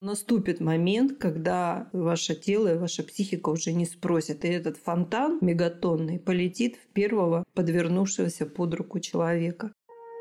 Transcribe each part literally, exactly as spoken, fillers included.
Наступит момент, когда ваше тело и ваша психика уже не спросят, и этот фонтан мегатонный полетит в первого подвернувшегося под руку человека.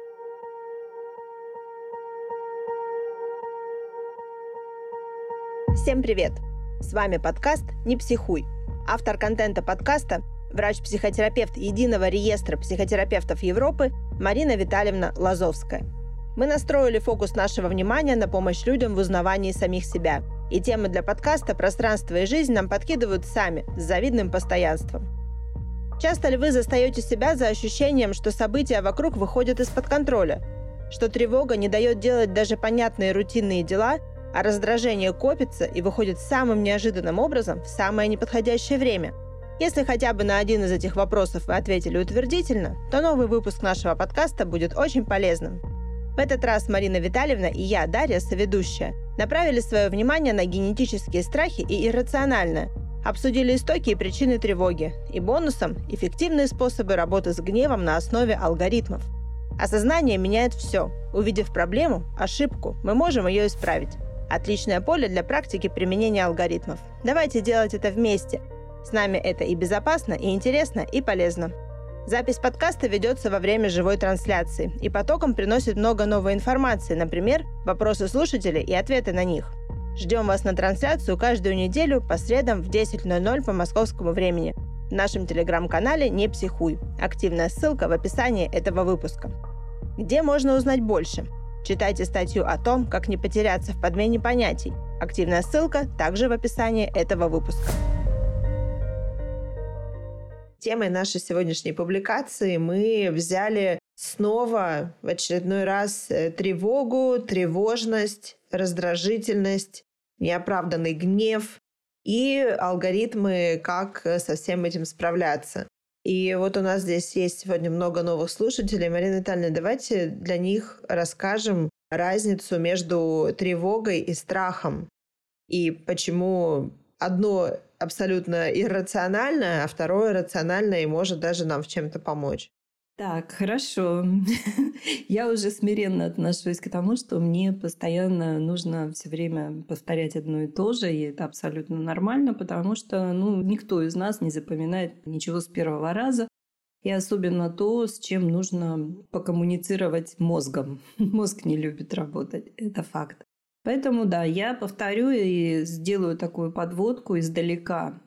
Всем привет! С вами подкаст «Не психуй». Автор контента подкаста – врач-психотерапевт Единого реестра психотерапевтов Европы Марина Витальевна Лазовская. Мы настроили фокус нашего внимания на помощь людям в узнавании самих себя. И темы для подкаста «Пространство и жизнь» нам подкидывают сами, с завидным постоянством. Часто ли вы застаете себя за ощущением, что события вокруг выходят из-под контроля, что тревога не дает делать даже понятные рутинные дела, а раздражение копится и выходит самым неожиданным образом в самое неподходящее время? Если хотя бы на один из этих вопросов вы ответили утвердительно, то новый выпуск нашего подкаста будет очень полезным. В этот раз Марина Витальевна и я, Дарья, соведущая, направили свое внимание на генетические страхи и иррациональное, обсудили истоки и причины тревоги, и бонусом – эффективные способы работы с гневом на основе алгоритмов. Осознание меняет все. Увидев проблему, ошибку, мы можем ее исправить. Отличное поле для практики применения алгоритмов. Давайте делать это вместе. С нами это и безопасно, и интересно, и полезно. Запись подкаста ведется во время живой трансляции и потоком приносит много новой информации, например, вопросы слушателей и ответы на них. Ждем вас на трансляцию каждую неделю по средам в десять ноль ноль по московскому времени в нашем телеграм-канале «Не психуй». Активная ссылка в описании этого выпуска. Где можно узнать больше? Читайте статью о том, как не потеряться в подмене понятий. Активная ссылка также в описании этого выпуска. Темой нашей сегодняшней публикации мы взяли снова в очередной раз тревогу, тревожность, раздражительность, неоправданный гнев и алгоритмы, как со всем этим справляться. И вот у нас здесь есть сегодня много новых слушателей. Марина Витальевна, давайте для них расскажем разницу между тревогой и страхом. И почему одно абсолютно иррациональное, а второе рациональное и может даже нам в чем-то помочь. Так, хорошо. Я уже смиренно отношусь к тому, что мне постоянно нужно все время повторять одно и то же, и это абсолютно нормально, потому что ну, никто из нас не запоминает ничего с первого раза, и особенно то, с чем нужно покоммуницировать мозгом. Мозг не любит работать, это факт. Поэтому, да, я повторю и сделаю такую подводку издалека,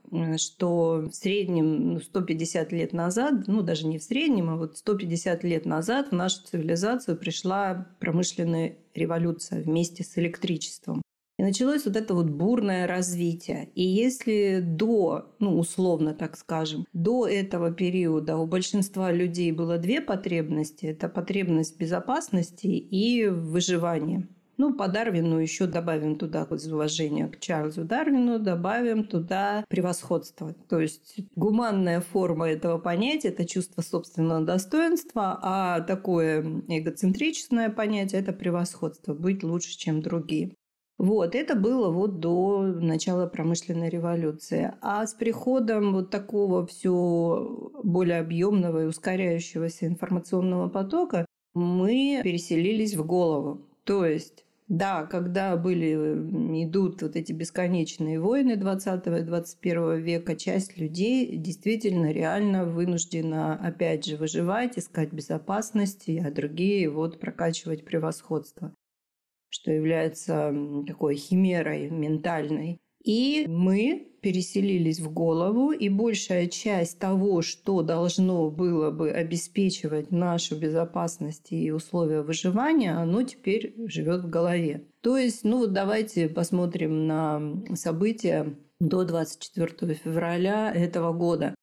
что в среднем сто пятьдесят лет назад, ну даже не в среднем, а вот сто пятьдесят лет назад в нашу цивилизацию пришла промышленная революция вместе с электричеством. И началось вот это вот бурное развитие. И если до, ну условно так скажем, до этого периода у большинства людей было две потребности, это потребность безопасности и выживания. Ну, по Дарвину еще добавим туда, из уважения к Чарльзу Дарвину, добавим туда превосходство. То есть гуманная форма этого понятия – это чувство собственного достоинства, а такое эгоцентричное понятие – это превосходство, быть лучше, чем другие. Вот, это было вот до начала промышленной революции. А с приходом вот такого все более объемного и ускоряющегося информационного потока мы переселились в голову. То есть, да, когда были, идут вот эти бесконечные войны двадцатого и двадцать первого века, часть людей действительно реально вынуждена, опять же, выживать, искать безопасности, а другие вот прокачивать превосходство, что является такой химерой ментальной. И мы переселились в голову, и большая часть того, что должно было бы обеспечивать нашу безопасность и условия выживания, оно теперь живет в голове. То есть, ну вот давайте посмотрим на события до двадцать четвёртого февраля этого года.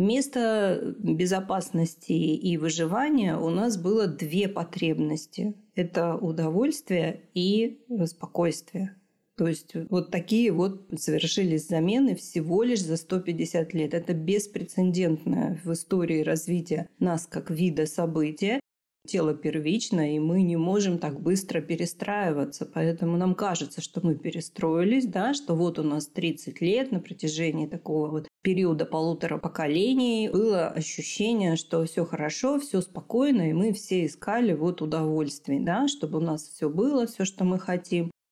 Вместо безопасности и выживания у нас было две потребности. Это удовольствие и спокойствие. То есть вот такие вот совершились замены всего лишь за сто пятьдесят лет. Это беспрецедентное в истории развития нас как вида события. Тело первично, и мы не можем так быстро перестраиваться. Поэтому нам кажется, что мы перестроились, да, что вот у нас тридцать лет на протяжении такого вот периода полутора поколений было ощущение, что все хорошо, все спокойно, и мы все искали вот удовольствий, да, чтобы у нас все было, все, что мы хотим.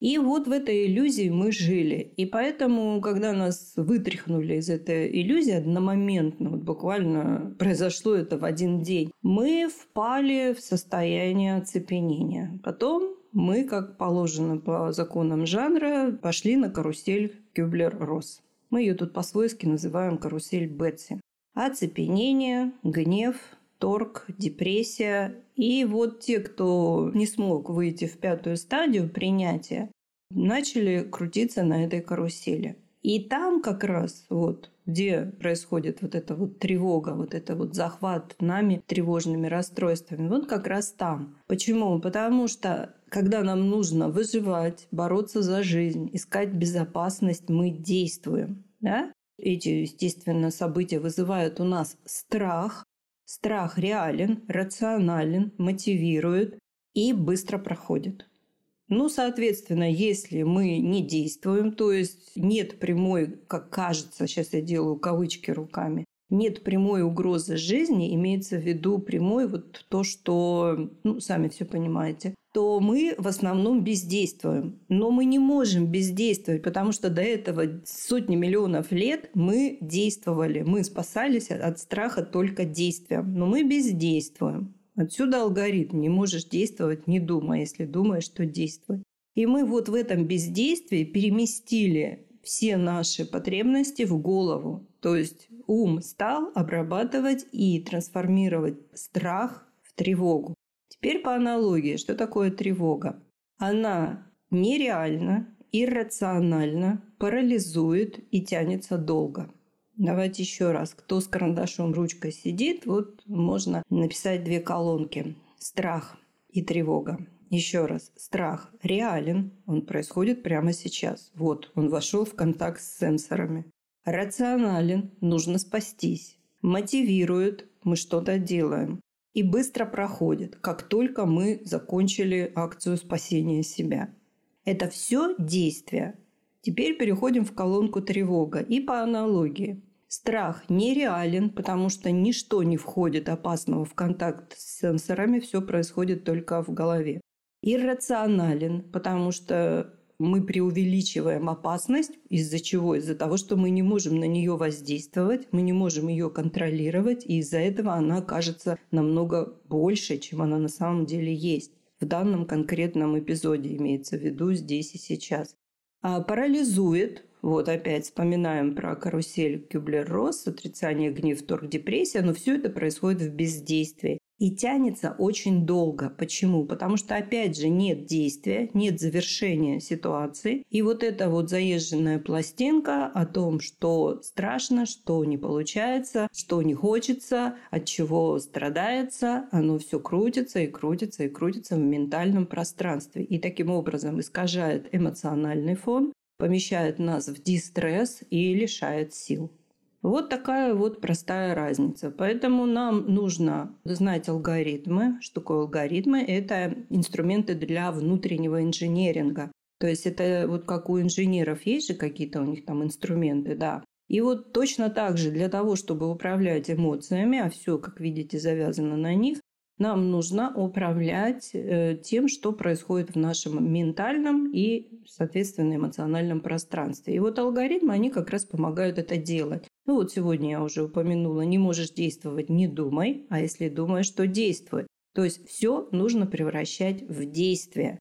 И вот в этой иллюзии мы жили. И поэтому, когда нас вытряхнули из этой иллюзии одномоментно, вот буквально произошло это в один день, мы впали в состояние оцепенения. Потом мы, как положено по законам жанра, пошли на карусель Кюблер-Росс. Мы ее тут по-свойски называем карусель Бетси. Оцепенение, гнев, торг, депрессия. И вот те, кто не смог выйти в пятую стадию принятия, начали крутиться на этой карусели. И там как раз вот, где происходит вот эта вот тревога, вот это вот захват нами тревожными расстройствами, вот как раз там. Почему? Потому что когда нам нужно выживать, бороться за жизнь, искать безопасность, мы действуем. Да? Эти, естественно, события вызывают у нас страх. Страх реален, рационален, мотивирует и быстро проходит. Ну, соответственно, если мы не действуем, то есть нет прямой, как кажется, сейчас я делаю кавычки руками, нет прямой угрозы жизни, имеется в виду прямой вот то, что, ну, сами все понимаете, то мы в основном бездействуем. Но мы не можем бездействовать, потому что до этого сотни миллионов лет мы действовали, мы спасались от страха только действием, но мы бездействуем. Отсюда алгоритм. Не можешь действовать, не думай, если думаешь, что действуй. И мы вот в этом бездействии переместили все наши потребности в голову. То есть ум стал обрабатывать и трансформировать страх в тревогу. Теперь по аналогии, что такое тревога? Она нереальна, иррациональна, парализует и тянется долго. Давайте еще раз. Кто с карандашом, ручкой сидит, вот можно написать две колонки. Страх и тревога. Еще раз. Страх реален, он происходит прямо сейчас. Вот, он вошел в контакт с сенсорами. Рационален, нужно спастись. Мотивирует, мы что-то делаем. И быстро проходит, как только мы закончили акцию спасения себя. Это все действия. Теперь переходим в колонку тревога. И по аналогии. Страх нереален, потому что ничто не входит опасного в контакт с сенсорами, все происходит только в голове. Иррационален, потому что мы преувеличиваем опасность. Из-за чего? Из-за того, что мы не можем на нее воздействовать, мы не можем ее контролировать, и из-за этого она кажется намного больше, чем она на самом деле есть. В данном конкретном эпизоде имеется в виду здесь и сейчас. А парализует, вот опять вспоминаем про карусель Кюблер-Росс, отрицание, гнев, торг, депрессия, но все это происходит в бездействии. И тянется очень долго. Почему? Потому что, опять же, нет действия, нет завершения ситуации. И вот эта вот заезженная пластинка о том, что страшно, что не получается, что не хочется, от чего страдается, оно все крутится и крутится и крутится в ментальном пространстве. И таким образом искажает эмоциональный фон, помещает нас в дистресс и лишает сил. Вот такая вот простая разница. Поэтому нам нужно знать алгоритмы. Что такое алгоритмы? Это инструменты для внутреннего инженеринга. То есть это вот как у инженеров есть же какие-то у них там инструменты, да. И вот точно так же для того, чтобы управлять эмоциями, а все, как видите, завязано на них, нам нужно управлять э, тем, что происходит в нашем ментальном и, соответственно, эмоциональном пространстве. И вот алгоритмы, они как раз помогают это делать. Ну вот сегодня я уже упомянула, не можешь действовать, не думай, а если думаешь, то действуй. То есть все нужно превращать в действие.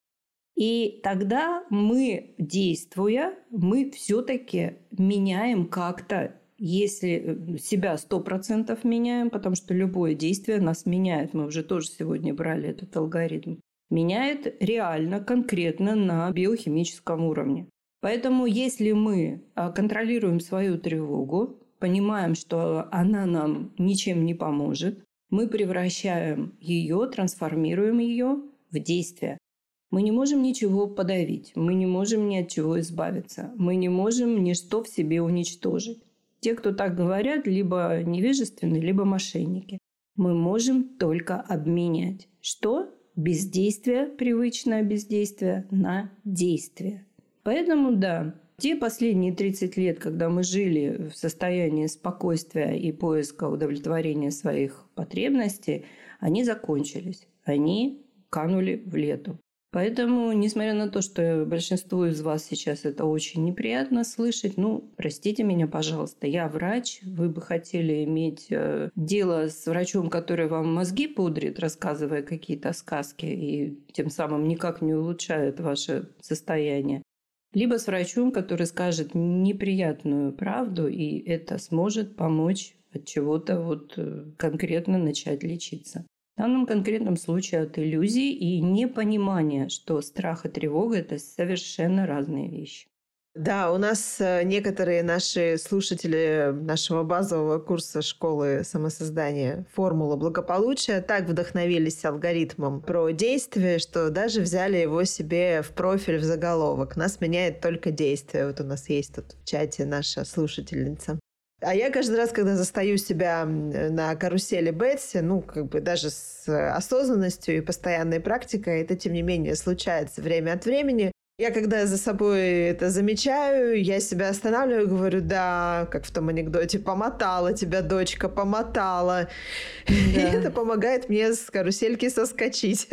И тогда мы, действуя, мы все-таки меняем как-то. Если себя сто процентов меняем, потому что любое действие нас меняет, мы уже тоже сегодня брали этот алгоритм, меняет реально, конкретно на биохимическом уровне. Поэтому если мы контролируем свою тревогу, понимаем, что она нам ничем не поможет, мы превращаем ее, трансформируем ее в действие. Мы не можем ничего подавить, мы не можем ни от чего избавиться, мы не можем ничто в себе уничтожить. Те, кто так говорят, либо невежественны, либо мошенники. Мы можем только обменять. Что? Бездействие, привычное бездействие, на действие. Поэтому, да, те последние тридцать лет, когда мы жили в состоянии спокойствия и поиска удовлетворения своих потребностей, они закончились. Они канули в лету. Поэтому, несмотря на то, что большинству из вас сейчас это очень неприятно слышать, ну, простите меня, пожалуйста, я врач, вы бы хотели иметь э, дело с врачом, который вам мозги пудрит, рассказывая какие-то сказки, и тем самым никак не улучшает ваше состояние, либо с врачом, который скажет неприятную правду, и это сможет помочь от чего-то вот э, конкретно начать лечиться. В данном конкретном случае от иллюзий и непонимания, что страх и тревога – это совершенно разные вещи. Да, у нас некоторые наши слушатели нашего базового курса школы самосоздания «Формула благополучия» так вдохновились алгоритмом про действие, что даже взяли его себе в профиль, в заголовок. Нас меняет только действие. Вот у нас есть тут в чате наша слушательница. А я каждый раз, когда застаю себя на карусели Бетси, ну, как бы даже с осознанностью и постоянной практикой, это, тем не менее, случается время от времени. Я, когда за собой это замечаю, я себя останавливаю и говорю, да, как в том анекдоте, помотала тебя, дочка, помотала. Да. И это помогает мне с карусельки соскочить.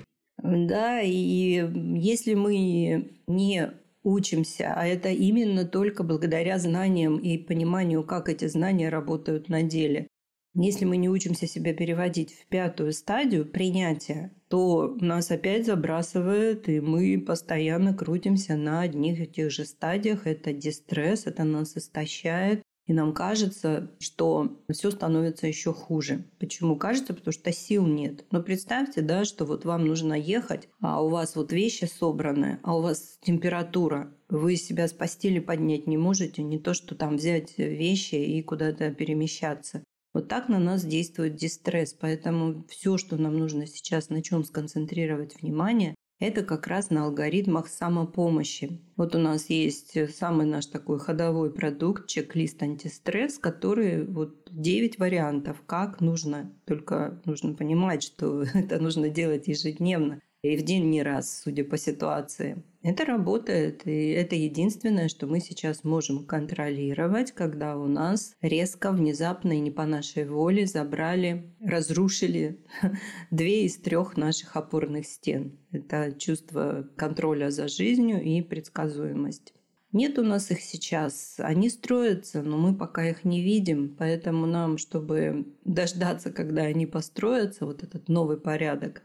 Да, и если мы не учимся, а это именно только благодаря знаниям и пониманию, как эти знания работают на деле. Если мы не учимся себя переводить в пятую стадию принятия, то нас опять забрасывает, и мы постоянно крутимся на одних и тех же стадиях. Это дистресс, это нас истощает. И нам кажется, что все становится еще хуже. Почему кажется? Потому что сил нет. Но представьте, да, что вот вам нужно ехать, а у вас вот вещи собраны, а у вас температура. Вы себя с постели поднять не можете, не то что там взять вещи и куда-то перемещаться. Вот так на нас действует дистресс. Поэтому все, что нам нужно сейчас, на чем сконцентрировать внимание, это как раз на алгоритмах самопомощи. Вот у нас есть самый наш такой ходовой продукт, чек-лист антистресс, который вот девять вариантов, как нужно. Только нужно понимать, что это нужно делать ежедневно. И в день не раз, судя по ситуации. Это работает, и это единственное, что мы сейчас можем контролировать, когда у нас резко, внезапно и не по нашей воле забрали, разрушили две из трех наших опорных стен. Это чувство контроля за жизнью и предсказуемость. Нет у нас их сейчас, они строятся, но мы пока их не видим, поэтому нам, чтобы дождаться, когда они построятся, вот этот новый порядок,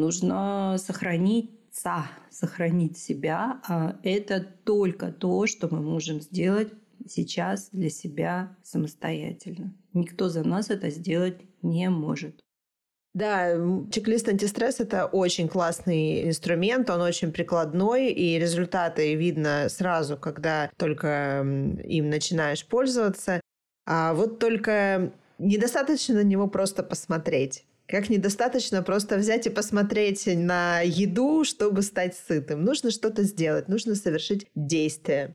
нужно сохраниться, сохранить себя. А это только то, что мы можем сделать сейчас для себя самостоятельно. Никто за нас это сделать не может. Да, чек-лист антистресс – это очень классный инструмент, он очень прикладной, и результаты видно сразу, когда только им начинаешь пользоваться. А вот только недостаточно на него просто посмотреть. Как недостаточно просто взять и посмотреть на еду, чтобы стать сытым. Нужно что-то сделать, нужно совершить действие.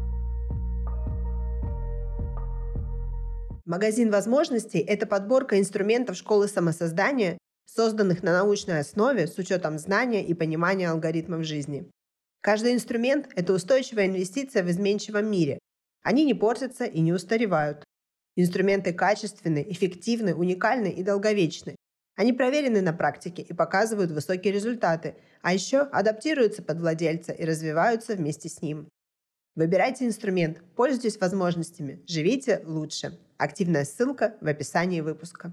Магазин возможностей – это подборка инструментов школы самосоздания, созданных на научной основе с учетом знания и понимания алгоритмов жизни. Каждый инструмент – это устойчивая инвестиция в изменчивом мире. Они не портятся и не устаревают. Инструменты качественны, эффективны, уникальны и долговечны. Они проверены на практике и показывают высокие результаты, а еще адаптируются под владельца и развиваются вместе с ним. Выбирайте инструмент, пользуйтесь возможностями, живите лучше. Активная ссылка в описании выпуска.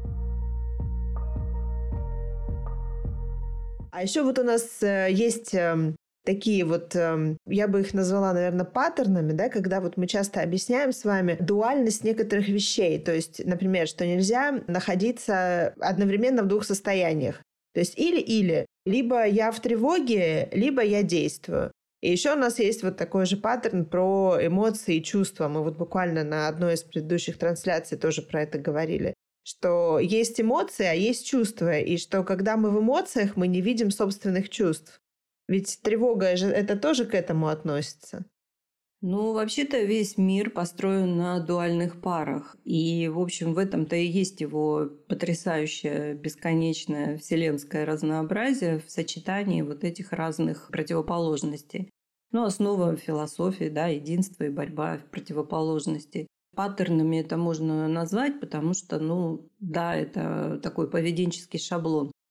А еще вот у нас есть такие вот, я бы их назвала, наверное, паттернами, да, когда вот мы часто объясняем с вами дуальность некоторых вещей. То есть, например, что нельзя находиться одновременно в двух состояниях. То есть или-или. Либо я в тревоге, либо я действую. И еще у нас есть вот такой же паттерн про эмоции и чувства. Мы вот буквально на одной из предыдущих трансляций тоже про это говорили. Что есть эмоции, а есть чувства. И что когда мы в эмоциях, мы не видим собственных чувств. Ведь тревога же это тоже к этому относится. Ну, вообще-то весь мир построен на дуальных парах. И, в общем, в этом-то и есть его потрясающее, бесконечное вселенское разнообразие в сочетании вот этих разных противоположностей. Ну, основа философии, да, единство и борьба противоположностей. Паттернами это можно назвать, потому что, ну, да, это такой поведенческий шаблон.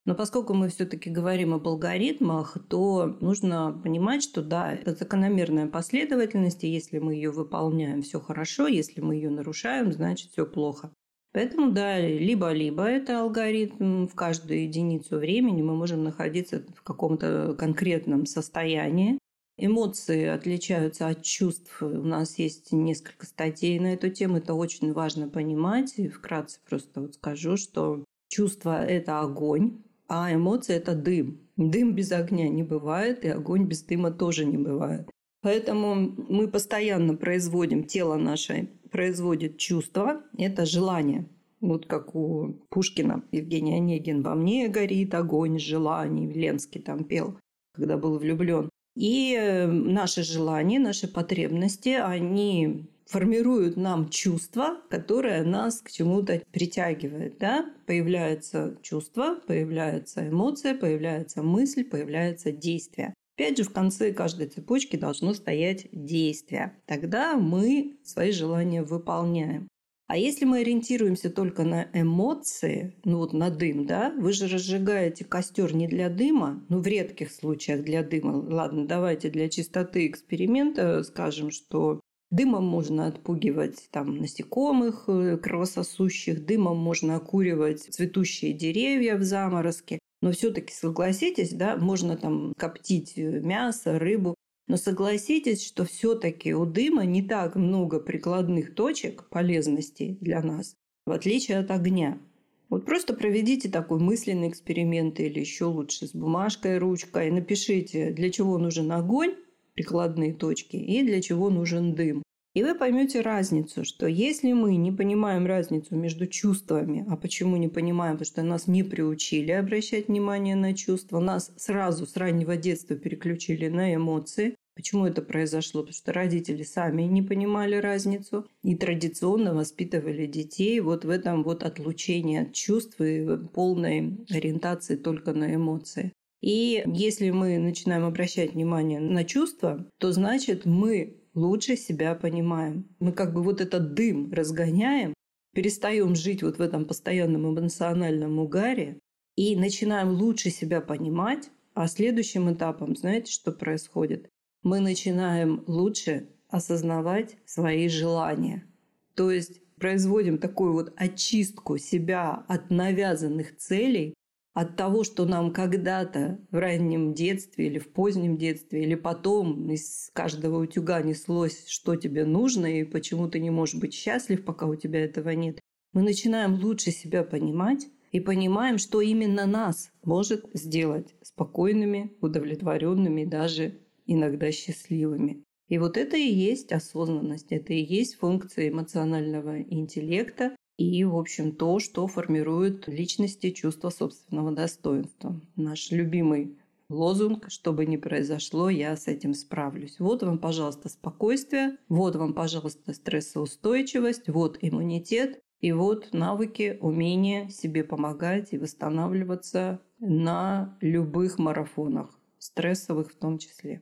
Но поскольку мы все-таки говорим об алгоритмах, то нужно понимать, что да, это закономерная последовательность, и если мы ее выполняем, все хорошо, если мы ее нарушаем, значит все плохо. Поэтому да, либо-либо это алгоритм, в каждую единицу времени мы можем находиться в каком-то конкретном состоянии. Эмоции отличаются от чувств. У нас есть несколько статей на эту тему, это очень важно понимать. И вкратце просто вот скажу, что чувство – это огонь, а эмоции – это дым. Дым без огня не бывает, и огонь без дыма тоже не бывает. Поэтому мы постоянно производим, тело наше производит чувства, это желание. Вот как у Пушкина, Евгений Онегин: «Во мне горит огонь желаний», Ленский там пел, когда был влюблен. И наши желания, наши потребности, они формируют нам чувство, которое нас к чему-то притягивает. Да? Появляется чувство, появляется эмоция, появляется мысль, появляется действие. Опять же, в конце каждой цепочки должно стоять действие. Тогда мы свои желания выполняем. А если мы ориентируемся только на эмоции, ну вот на дым, да, вы же разжигаете костер не для дыма, ну в редких случаях для дыма. Ладно, давайте для чистоты эксперимента скажем, что дымом можно отпугивать там насекомых кровососущих, дымом можно окуривать цветущие деревья в заморозке. Но все-таки согласитесь, да, можно там коптить мясо, рыбу. Но согласитесь, что все-таки у дыма не так много прикладных точек полезности для нас, в отличие от огня. Вот просто проведите такой мысленный эксперимент или еще лучше с бумажкой, ручкой. Напишите, для чего нужен огонь, прикладные точки, и для чего нужен дым. И вы поймете разницу, что если мы не понимаем разницу между чувствами, а почему не понимаем, потому что нас не приучили обращать внимание на чувства, нас сразу с раннего детства переключили на эмоции. Почему это произошло? Потому что родители сами не понимали разницу и традиционно воспитывали детей вот в этом вот отлучении от чувств и полной ориентации только на эмоции. И если мы начинаем обращать внимание на чувства, то значит мы лучше себя понимаем. Мы как бы вот этот дым разгоняем, перестаем жить вот в этом постоянном эмоциональном угаре и начинаем лучше себя понимать. А следующим этапом, знаете, что происходит? Мы начинаем лучше осознавать свои желания. То есть производим такую вот очистку себя от навязанных целей, от того, что нам когда-то в раннем детстве или в позднем детстве, или потом из каждого утюга неслось, что тебе нужно и почему ты не можешь быть счастлив, пока у тебя этого нет. Мы начинаем лучше себя понимать и понимаем, что именно нас может сделать спокойными, удовлетворенными, даже иногда счастливыми. И вот это и есть осознанность, это и есть функция эмоционального интеллекта, и, в общем, то, что формирует личности чувство собственного достоинства. Наш любимый лозунг: что бы ни произошло, я с этим справлюсь. Вот вам, пожалуйста, спокойствие, вот вам, пожалуйста, стрессоустойчивость, вот иммунитет, и вот навыки, умения себе помогать и восстанавливаться на любых марафонах, стрессовых в том числе.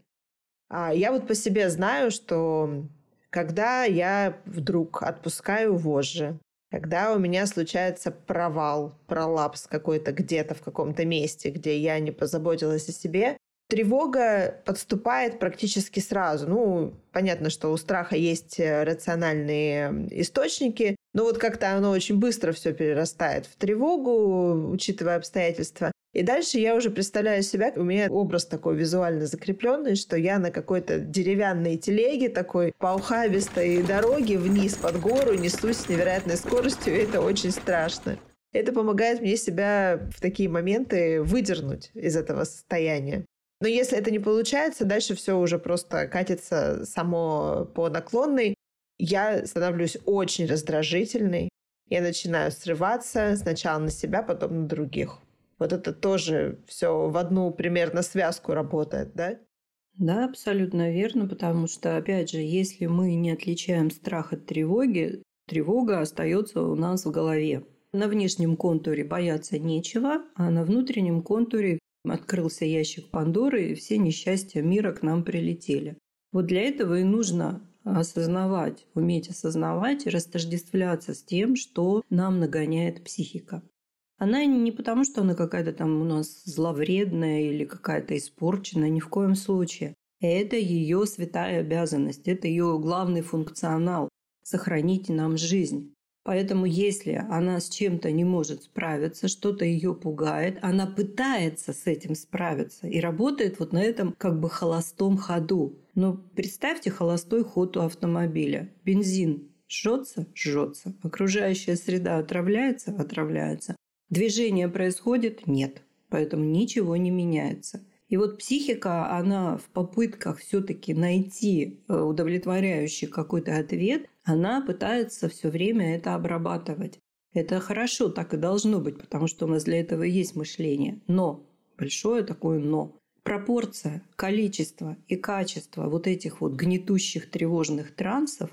А я вот по себе знаю, что когда я вдруг отпускаю вожжи, когда у меня случается провал, пролапс какой-то где-то в каком-то месте, где я не позаботилась о себе, тревога подступает практически сразу. Ну, понятно, что у страха есть рациональные источники, но вот как-то оно очень быстро все перерастает в тревогу, учитывая обстоятельства. И дальше я уже представляю себя, у меня образ такой визуально закрепленный, что я на какой-то деревянной телеге, такой по ухабистой дороге вниз под гору несусь с невероятной скоростью, и это очень страшно. Это помогает мне себя в такие моменты выдернуть из этого состояния. Но если это не получается, дальше все уже просто катится само по наклонной. Я становлюсь очень раздражительной. Я начинаю срываться сначала на себя, потом на других. Вот это тоже все в одну примерно связку работает, да? Да, абсолютно верно, потому что, опять же, если мы не отличаем страх от тревоги, тревога остается у нас в голове. На внешнем контуре бояться нечего, а на внутреннем контуре открылся ящик Пандоры, и все несчастья мира к нам прилетели. Вот для этого и нужно осознавать, уметь осознавать и растождествляться с тем, что нам нагоняет психика. Она не потому, что она какая-то там у нас зловредная или какая-то испорченная, ни в коем случае. Это ее святая обязанность, это ее главный функционал – сохранить нам жизнь. Поэтому если она с чем-то не может справиться, что-то ее пугает, она пытается с этим справиться и работает вот на этом как бы холостом ходу. Но представьте холостой ход у автомобиля. Бензин жжется, жжется. Окружающая среда отравляется, отравляется. Движение происходит? Нет. Поэтому ничего не меняется. И вот психика, она в попытках все-таки найти удовлетворяющий какой-то ответ, она пытается все время это обрабатывать. Это хорошо, так и должно быть, потому что у нас для этого и есть мышление. Но, большое такое но, пропорция, количество и качество вот этих вот гнетущих тревожных трансов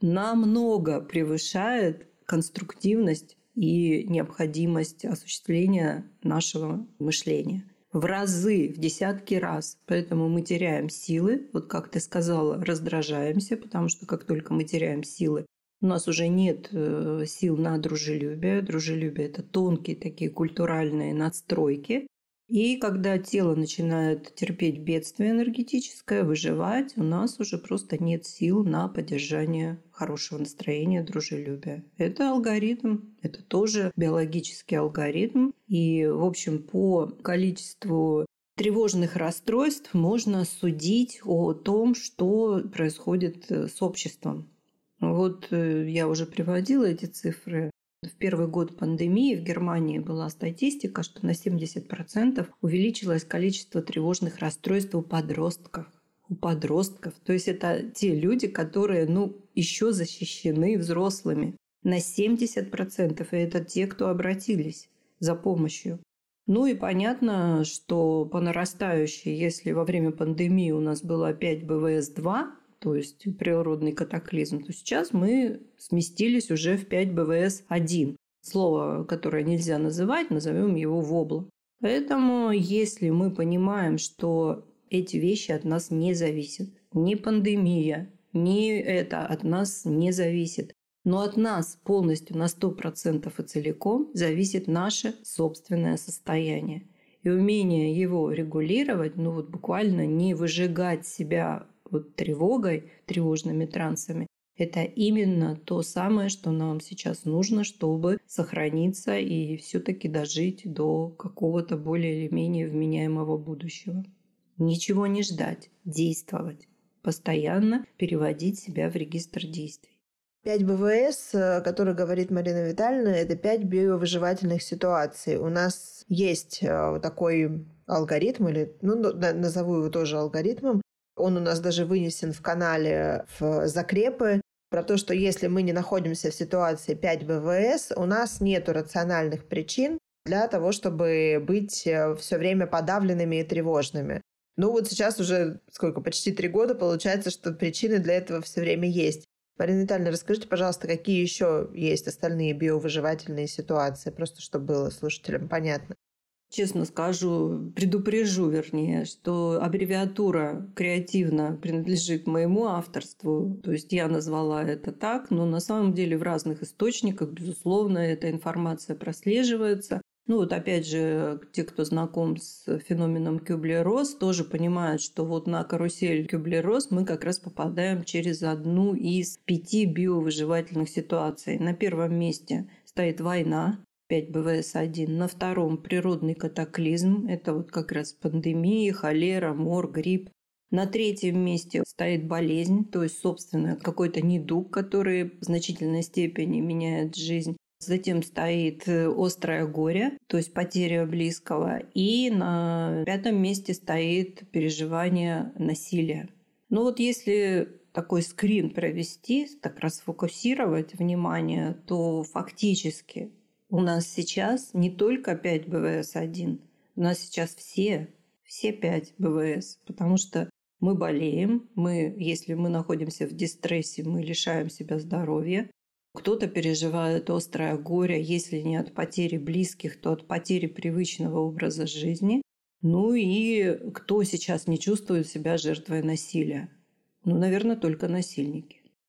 намного превышает конструктивность и необходимость осуществления нашего мышления. В разы, в десятки раз. Поэтому мы теряем силы. Вот как ты сказала, раздражаемся, потому что как только мы теряем силы, у нас уже нет э, сил на дружелюбие. Дружелюбие – это тонкие такие культуральные надстройки. И когда тело начинает терпеть бедствие энергетическое, выживать, у нас уже просто нет сил на поддержание хорошего настроения, дружелюбия. Это алгоритм, это тоже биологический алгоритм. И, в общем, по количеству тревожных расстройств можно судить о том, что происходит с обществом. Вот я уже приводила эти цифры. В первый год пандемии в Германии была статистика, что на семьдесят процентов увеличилось количество тревожных расстройств у подростков. У подростков. То есть это те люди, которые ну, еще защищены взрослыми. На семьдесят процентов. И это те, кто обратились за помощью. Ну и понятно, что по нарастающей, если во время пандемии у нас было опять бэ вэ эс два, то есть природный катаклизм, то сейчас мы сместились уже в пять бэ вэ эс один. Слово, которое нельзя называть, назовем его вобла. Поэтому, если мы понимаем, что эти вещи от нас не зависят, ни пандемия, ни это от нас не зависит, но от нас полностью на сто процентов и целиком зависит наше собственное состояние. И умение его регулировать, ну вот буквально не выжигать себя вот тревогой, тревожными трансами, это именно то самое, что нам сейчас нужно, чтобы сохраниться и все-таки дожить до какого-то более или менее вменяемого будущего. Ничего не ждать, действовать, постоянно переводить себя в регистр действий. пять бэ вэ эс, о которых говорит Марина Витальевна, это пять биовыживательных ситуаций. У нас есть такой алгоритм, или ну, назову его тоже алгоритмом. Он у нас даже вынесен в канале в закрепы, про то, что если мы не находимся в ситуации пять бэ вэ эс, у нас нет рациональных причин для того, чтобы быть все время подавленными и тревожными. Ну вот сейчас уже сколько, почти три года получается, что причины для этого все время есть. Марина Витальевна, расскажите, пожалуйста, какие еще есть остальные биовыживательные ситуации, просто чтобы было слушателям понятно. Честно скажу, предупрежу, вернее, что аббревиатура креативно принадлежит моему авторству. То есть я назвала это так, но на самом деле в разных источниках, безусловно, эта информация прослеживается. Ну вот опять же, те, кто знаком с феноменом Кюблер-Росс, тоже понимают, что вот на карусель Кюблер-Росс мы как раз попадаем через одну из пяти биовыживательных ситуаций. На первом месте стоит война, пять бэ вэ эс один. На втором природный катаклизм. Это вот как раз пандемия, холера, мор, грипп. На третьем месте стоит болезнь, то есть, собственно, какой-то недуг, который в значительной степени меняет жизнь. Затем стоит острое горе, то есть потеря близкого. И на пятом месте стоит переживание насилия. Ну вот если такой скрин провести, так расфокусировать внимание, то фактически у нас сейчас не только пять бэ вэ эс один, у нас сейчас все, все пять бэ вэ эс, потому что мы болеем, мы, если мы находимся в дистрессе, мы лишаем себя здоровья. Кто-то переживает острое горе, если не от потери близких, то от потери привычного образа жизни. Ну и кто сейчас не чувствует себя жертвой насилия? Ну, наверное, только насильники.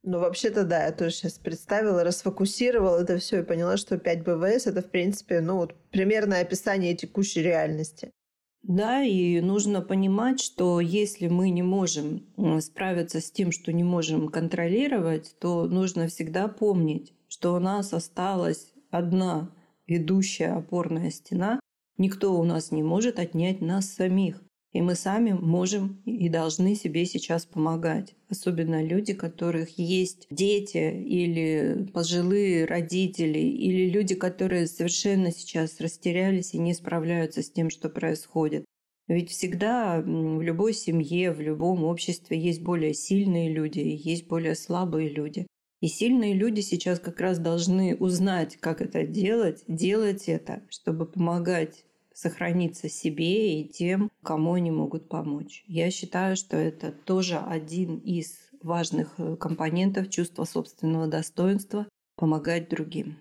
Ну, вообще-то, да, я тоже сейчас представила, расфокусировала это все и поняла, что пять бэ вэ эс — это, в принципе, ну, вот примерное описание текущей реальности. Да, и нужно понимать, что если мы не можем м, справиться с тем, что не можем контролировать, то нужно всегда помнить, что у нас осталась одна ведущая опорная стена. Никто у нас не может отнять нас самих. И мы сами можем и должны себе сейчас помогать. Особенно люди, у которых есть дети или пожилые родители, или люди, которые совершенно сейчас растерялись и не справляются с тем, что происходит. Ведь всегда в любой семье, в любом обществе есть более сильные люди и есть более слабые люди. И сильные люди сейчас как раз должны узнать, как это делать, делать это, чтобы помогать сохраниться себе и тем, кому они могут помочь. Я считаю, что это тоже один из важных компонентов чувства собственного достоинства — помогать другим.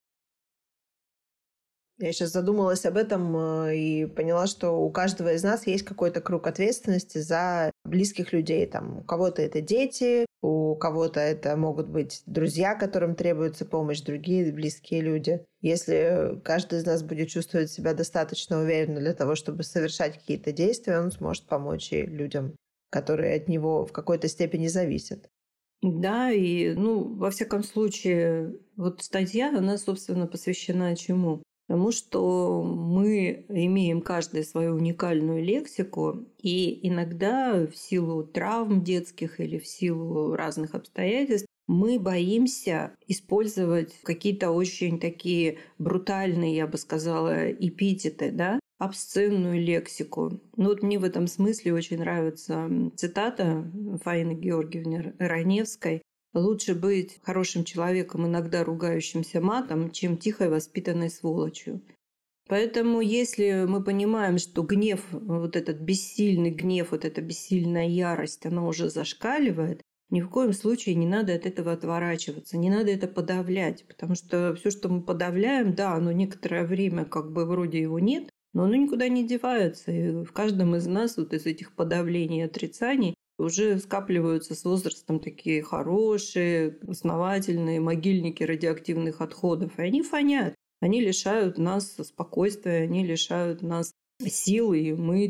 Я сейчас задумалась об этом э, и поняла, что у каждого из нас есть какой-то круг ответственности за близких людей. Там, у кого-то это дети, у кого-то это могут быть друзья, которым требуется помощь, другие близкие люди. Если каждый из нас будет чувствовать себя достаточно уверенно для того, чтобы совершать какие-то действия, он сможет помочь и людям, которые от него в какой-то степени зависят. Да, и, ну, во всяком случае, вот статья, она, собственно, посвящена чему? Потому что мы имеем каждый свою уникальную лексику, и иногда в силу травм детских или в силу разных обстоятельств мы боимся использовать какие-то очень такие брутальные, я бы сказала, эпитеты, да, обсценную лексику. Ну вот мне в этом смысле очень нравится цитата Фаины Георгиевны Раневской: «Лучше быть хорошим человеком, иногда ругающимся матом, чем тихой воспитанной сволочью». Поэтому если мы понимаем, что гнев, вот этот бессильный гнев, вот эта бессильная ярость, она уже зашкаливает, ни в коем случае не надо от этого отворачиваться, не надо это подавлять, потому что все, что мы подавляем, да, оно некоторое время как бы вроде его нет, но оно никуда не девается. И в каждом из нас вот из этих подавлений и отрицаний уже скапливаются с возрастом такие хорошие, основательные могильники радиоактивных отходов. И они фонят. Они лишают нас спокойствия, они лишают нас силы, и мы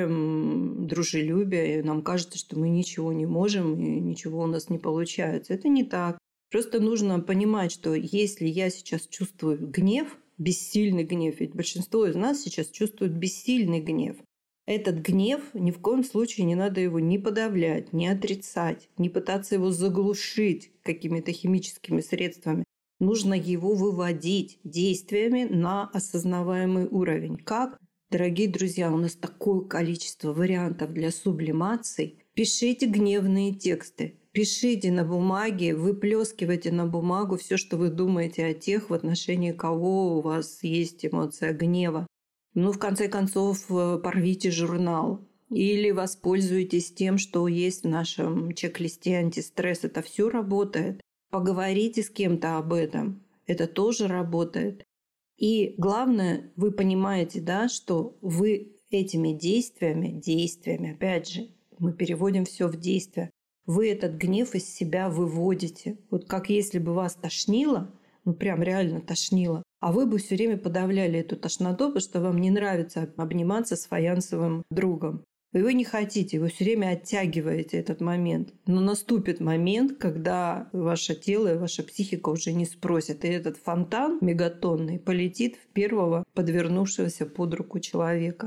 теряем дружелюбие, и нам кажется, что мы ничего не можем, и ничего у нас не получается. Это не так. Просто нужно понимать, что если я сейчас чувствую гнев, бессильный гнев, ведь большинство из нас сейчас чувствует бессильный гнев, этот гнев ни в коем случае не надо его ни подавлять, ни отрицать, ни пытаться его заглушить какими-то химическими средствами. Нужно его выводить действиями на осознаваемый уровень. Как? Дорогие друзья, у нас такое количество вариантов для сублимаций. Пишите гневные тексты. Пишите на бумаге, выплескивайте на бумагу все, что вы думаете о тех, в отношении кого у вас есть эмоция гнева. Ну, в конце концов, порвите журнал. Или воспользуйтесь тем, что есть в нашем чек-листе антистресс. Это все работает. Поговорите с кем-то об этом. Это тоже работает. И главное, вы понимаете, да, что вы этими действиями, действиями, опять же, мы переводим все в действия, вы этот гнев из себя выводите. Вот как если бы вас тошнило, ну прям реально тошнило, а вы бы все время подавляли эту тошноту, потому что вам не нравится обниматься с фаянсовым другом. И вы не хотите, вы все время оттягиваете этот момент. Но наступит момент, когда ваше тело и ваша психика уже не спросят. И этот фонтан мегатонный полетит в первого подвернувшегося под руку человека.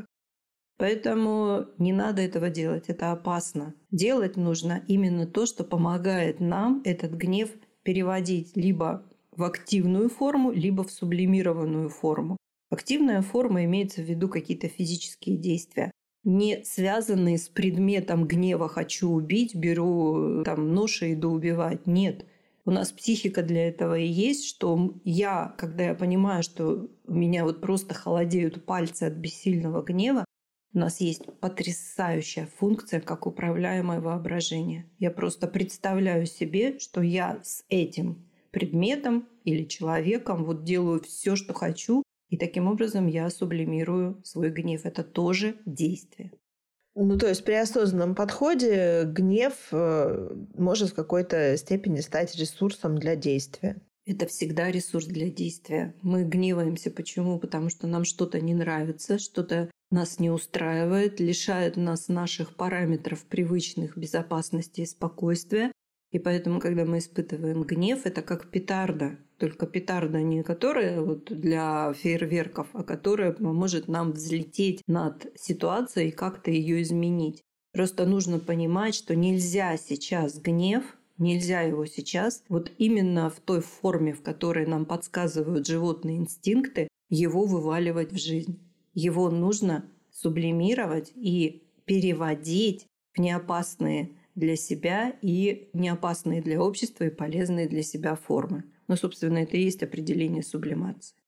Поэтому не надо этого делать, это опасно. Делать нужно именно то, что помогает нам этот гнев переводить либо в активную форму, либо в сублимированную форму. Активная форма имеется в виду какие-то физические действия, не связанные с предметом гнева «хочу убить», беру там нож и иду убивать. Нет. У нас психика для этого и есть, что я, когда я понимаю, что у меня вот просто холодеют пальцы от бессильного гнева, у нас есть потрясающая функция, как управляемое воображение. Я просто представляю себе, что я с этим предметом или человеком вот делаю все, что хочу, и таким образом я сублимирую свой гнев. Это тоже действие. Ну, то есть при осознанном подходе гнев э, может в какой-то степени стать ресурсом для действия. Это всегда ресурс для действия. Мы гневаемся. Почему? Потому что нам что-то не нравится, что-то нас не устраивает, лишает нас наших параметров привычных безопасности и спокойствия. И поэтому, когда мы испытываем гнев, это как петарда. Только петарда не которая вот для фейерверков, а которая поможет нам взлететь над ситуацией и как-то ее изменить. Просто нужно понимать, что нельзя сейчас гнев, нельзя его сейчас, вот именно в той форме, в которой нам подсказывают животные инстинкты, его вываливать в жизнь. Его нужно сублимировать и переводить в неопасные для себя и неопасные для общества и полезные для себя формы. Но, собственно, это и есть определение сублимации.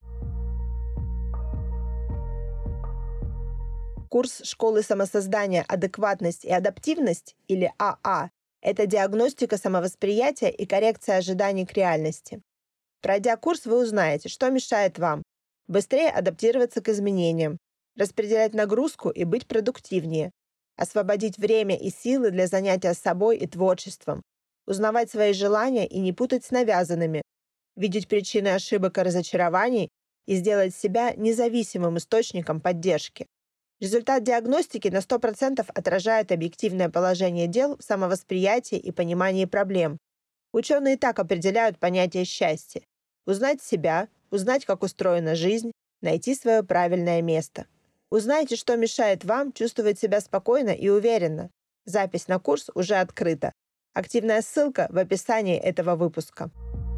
Курс школы самосоздания «Адекватность и адаптивность» или АА – это диагностика самовосприятия и коррекция ожиданий к реальности. Пройдя курс, вы узнаете, что мешает вам быстрее адаптироваться к изменениям, распределять нагрузку и быть продуктивнее, освободить время и силы для занятия собой и творчеством, узнавать свои желания и не путать с навязанными, видеть причины ошибок и разочарований и сделать себя независимым источником поддержки. Результат диагностики на сто процентов отражает объективное положение дел в самовосприятии и понимании проблем. Ученые так определяют понятие счастья: узнать себя, узнать, как устроена жизнь, найти свое правильное место. Узнайте, что мешает вам чувствовать себя спокойно и уверенно. Запись на курс уже открыта. Активная ссылка в описании этого выпуска.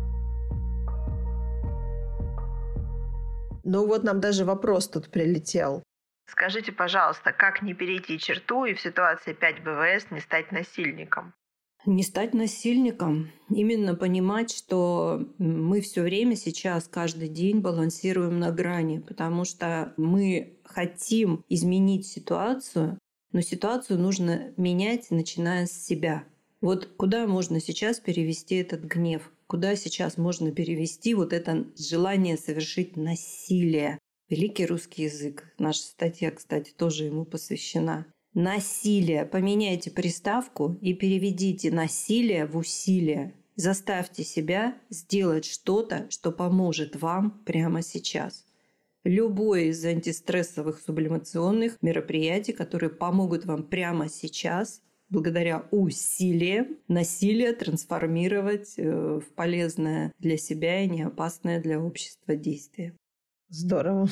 Ну вот нам даже вопрос тут прилетел. Скажите, пожалуйста, как не перейти черту и в ситуации пять бэ вэ эс не стать насильником? Не стать насильником, именно понимать, что мы все время сейчас, каждый день балансируем на грани, потому что мы хотим изменить ситуацию, но ситуацию нужно менять, начиная с себя. Вот куда можно сейчас перевести этот гнев? Куда сейчас можно перевести вот это желание совершить насилие? Великий русский язык. Наша статья, кстати, тоже ему посвящена. Насилие. Поменяйте приставку и переведите насилие в усилие. Заставьте себя сделать что-то, что поможет вам прямо сейчас. Любое из антистрессовых сублимационных мероприятий, которые помогут вам прямо сейчас, благодаря усилиям, насилие трансформировать в полезное для себя и не опасное для общества действие. Здорово.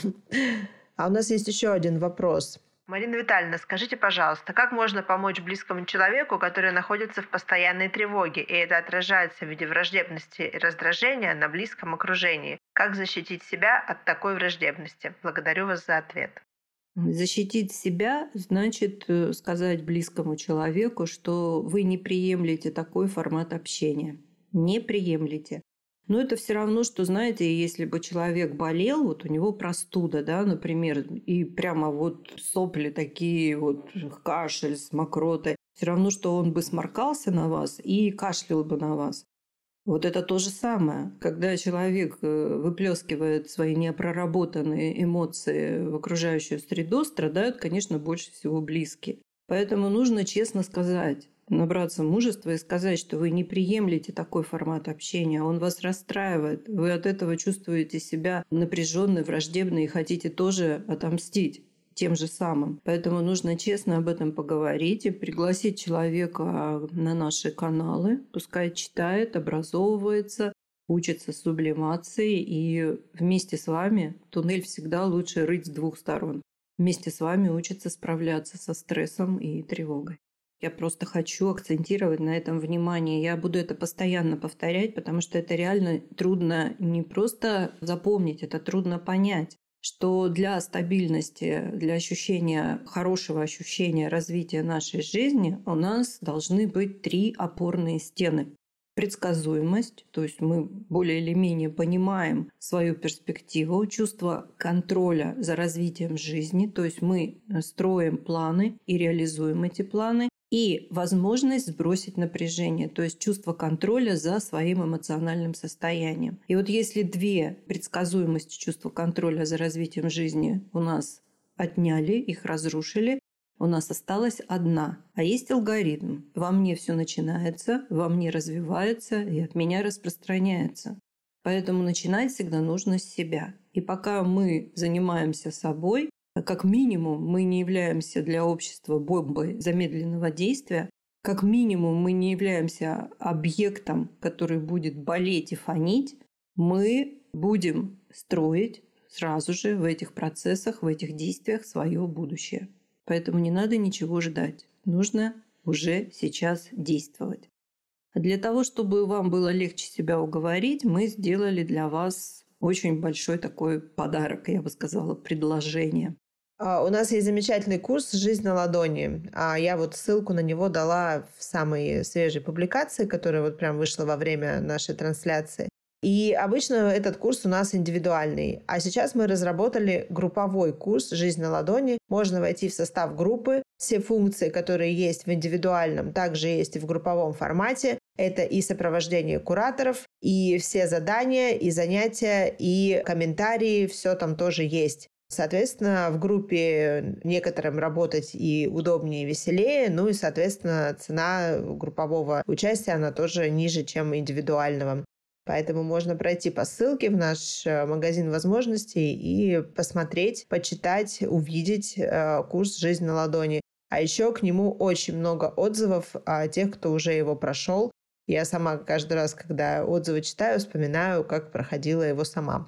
А у нас есть еще один вопрос. Марина Витальевна, скажите, пожалуйста, как можно помочь близкому человеку, который находится в постоянной тревоге, и это отражается в виде враждебности и раздражения на близком окружении? Как защитить себя от такой враждебности? Благодарю вас за ответ. Защитить себя значит сказать близкому человеку, что вы не приемлете такой формат общения. Не приемлете. Но это все равно, что, знаете, если бы человек болел, вот у него простуда, да, например, и прямо вот сопли такие, вот кашель с мокротой, все равно, что он бы сморкался на вас и кашлял бы на вас. Вот это то же самое. Когда человек выплескивает свои непроработанные эмоции в окружающую среду, страдают, конечно, больше всего близкие. Поэтому нужно честно сказать, набраться мужества и сказать, что вы не приемлете такой формат общения, он вас расстраивает, вы от этого чувствуете себя напряженной, враждебной и хотите тоже отомстить тем же самым. Поэтому нужно честно об этом поговорить и пригласить человека на наши каналы, пускай читает, образовывается, учится сублимации, и вместе с вами туннель всегда лучше рыть с двух сторон. Вместе с вами учится справляться со стрессом и тревогой. Я просто хочу акцентировать на этом внимание. Я буду это постоянно повторять, потому что это реально трудно не просто запомнить, это трудно понять, что для стабильности, для ощущения, хорошего ощущения развития нашей жизни у нас должны быть три опорные стены. Предсказуемость, то есть мы более или менее понимаем свою перспективу, чувство контроля за развитием жизни, то есть мы строим планы и реализуем эти планы, и возможность сбросить напряжение, то есть чувство контроля за своим эмоциональным состоянием. И вот если две предсказуемости, чувство контроля за развитием жизни у нас отняли, их разрушили, У нас осталась одна. А есть алгоритм. Во мне все начинается, во мне развивается и от меня распространяется. Поэтому начинать всегда нужно с себя. И пока мы занимаемся собой, как минимум мы не являемся для общества бомбой замедленного действия, как минимум мы не являемся объектом, который будет болеть и фонить, мы будем строить сразу же в этих процессах, в этих действиях свое будущее. Поэтому не надо ничего ждать. Нужно уже сейчас действовать. А для того, чтобы вам было легче себя уговорить, мы сделали для вас очень большой такой подарок, я бы сказала, предложение. Uh, у нас есть замечательный курс «Жизнь на ладони». Uh, я вот ссылку на него дала в самой свежей публикации, которая вот прям вышла во время нашей трансляции. И обычно этот курс у нас индивидуальный. А сейчас мы разработали групповой курс «Жизнь на ладони». Можно войти в состав группы. Все функции, которые есть в индивидуальном, также есть и в групповом формате. Это и сопровождение кураторов, и все задания, и занятия, и комментарии. Все там тоже есть. Соответственно, в группе некоторым работать и удобнее, и веселее. Ну и, соответственно, цена группового участия, она тоже ниже, чем индивидуального. Поэтому можно пройти по ссылке в наш магазин возможностей и посмотреть, почитать, увидеть курс «Жизнь на ладони». А еще к нему очень много отзывов тех, кто уже его прошел. Я сама каждый раз, когда отзывы читаю, вспоминаю, как проходила его сама.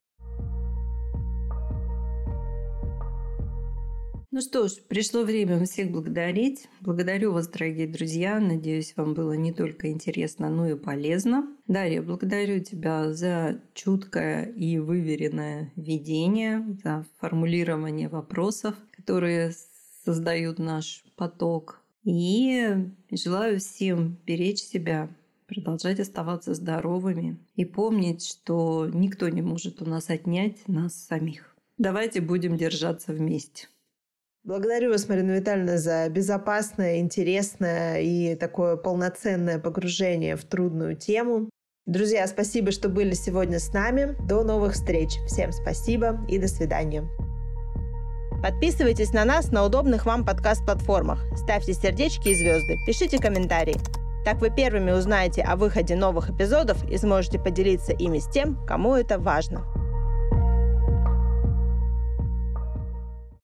Ну что ж, пришло время всех благодарить. Благодарю вас, дорогие друзья. Надеюсь, вам было не только интересно, но и полезно. Дарья, благодарю тебя за чуткое и выверенное ведение, за формулирование вопросов, которые создают наш поток. И желаю всем беречь себя, продолжать оставаться здоровыми и помнить, что никто не может у нас отнять нас самих. Давайте будем держаться вместе. Благодарю вас, Марина Витальевна, за безопасное, интересное и такое полноценное погружение в трудную тему. Друзья, спасибо, что были сегодня с нами. До новых встреч. Всем спасибо и до свидания. Подписывайтесь на нас на удобных вам подкаст-платформах. Ставьте сердечки и звезды, пишите комментарии. Так вы первыми узнаете о выходе новых эпизодов и сможете поделиться ими с тем, кому это важно.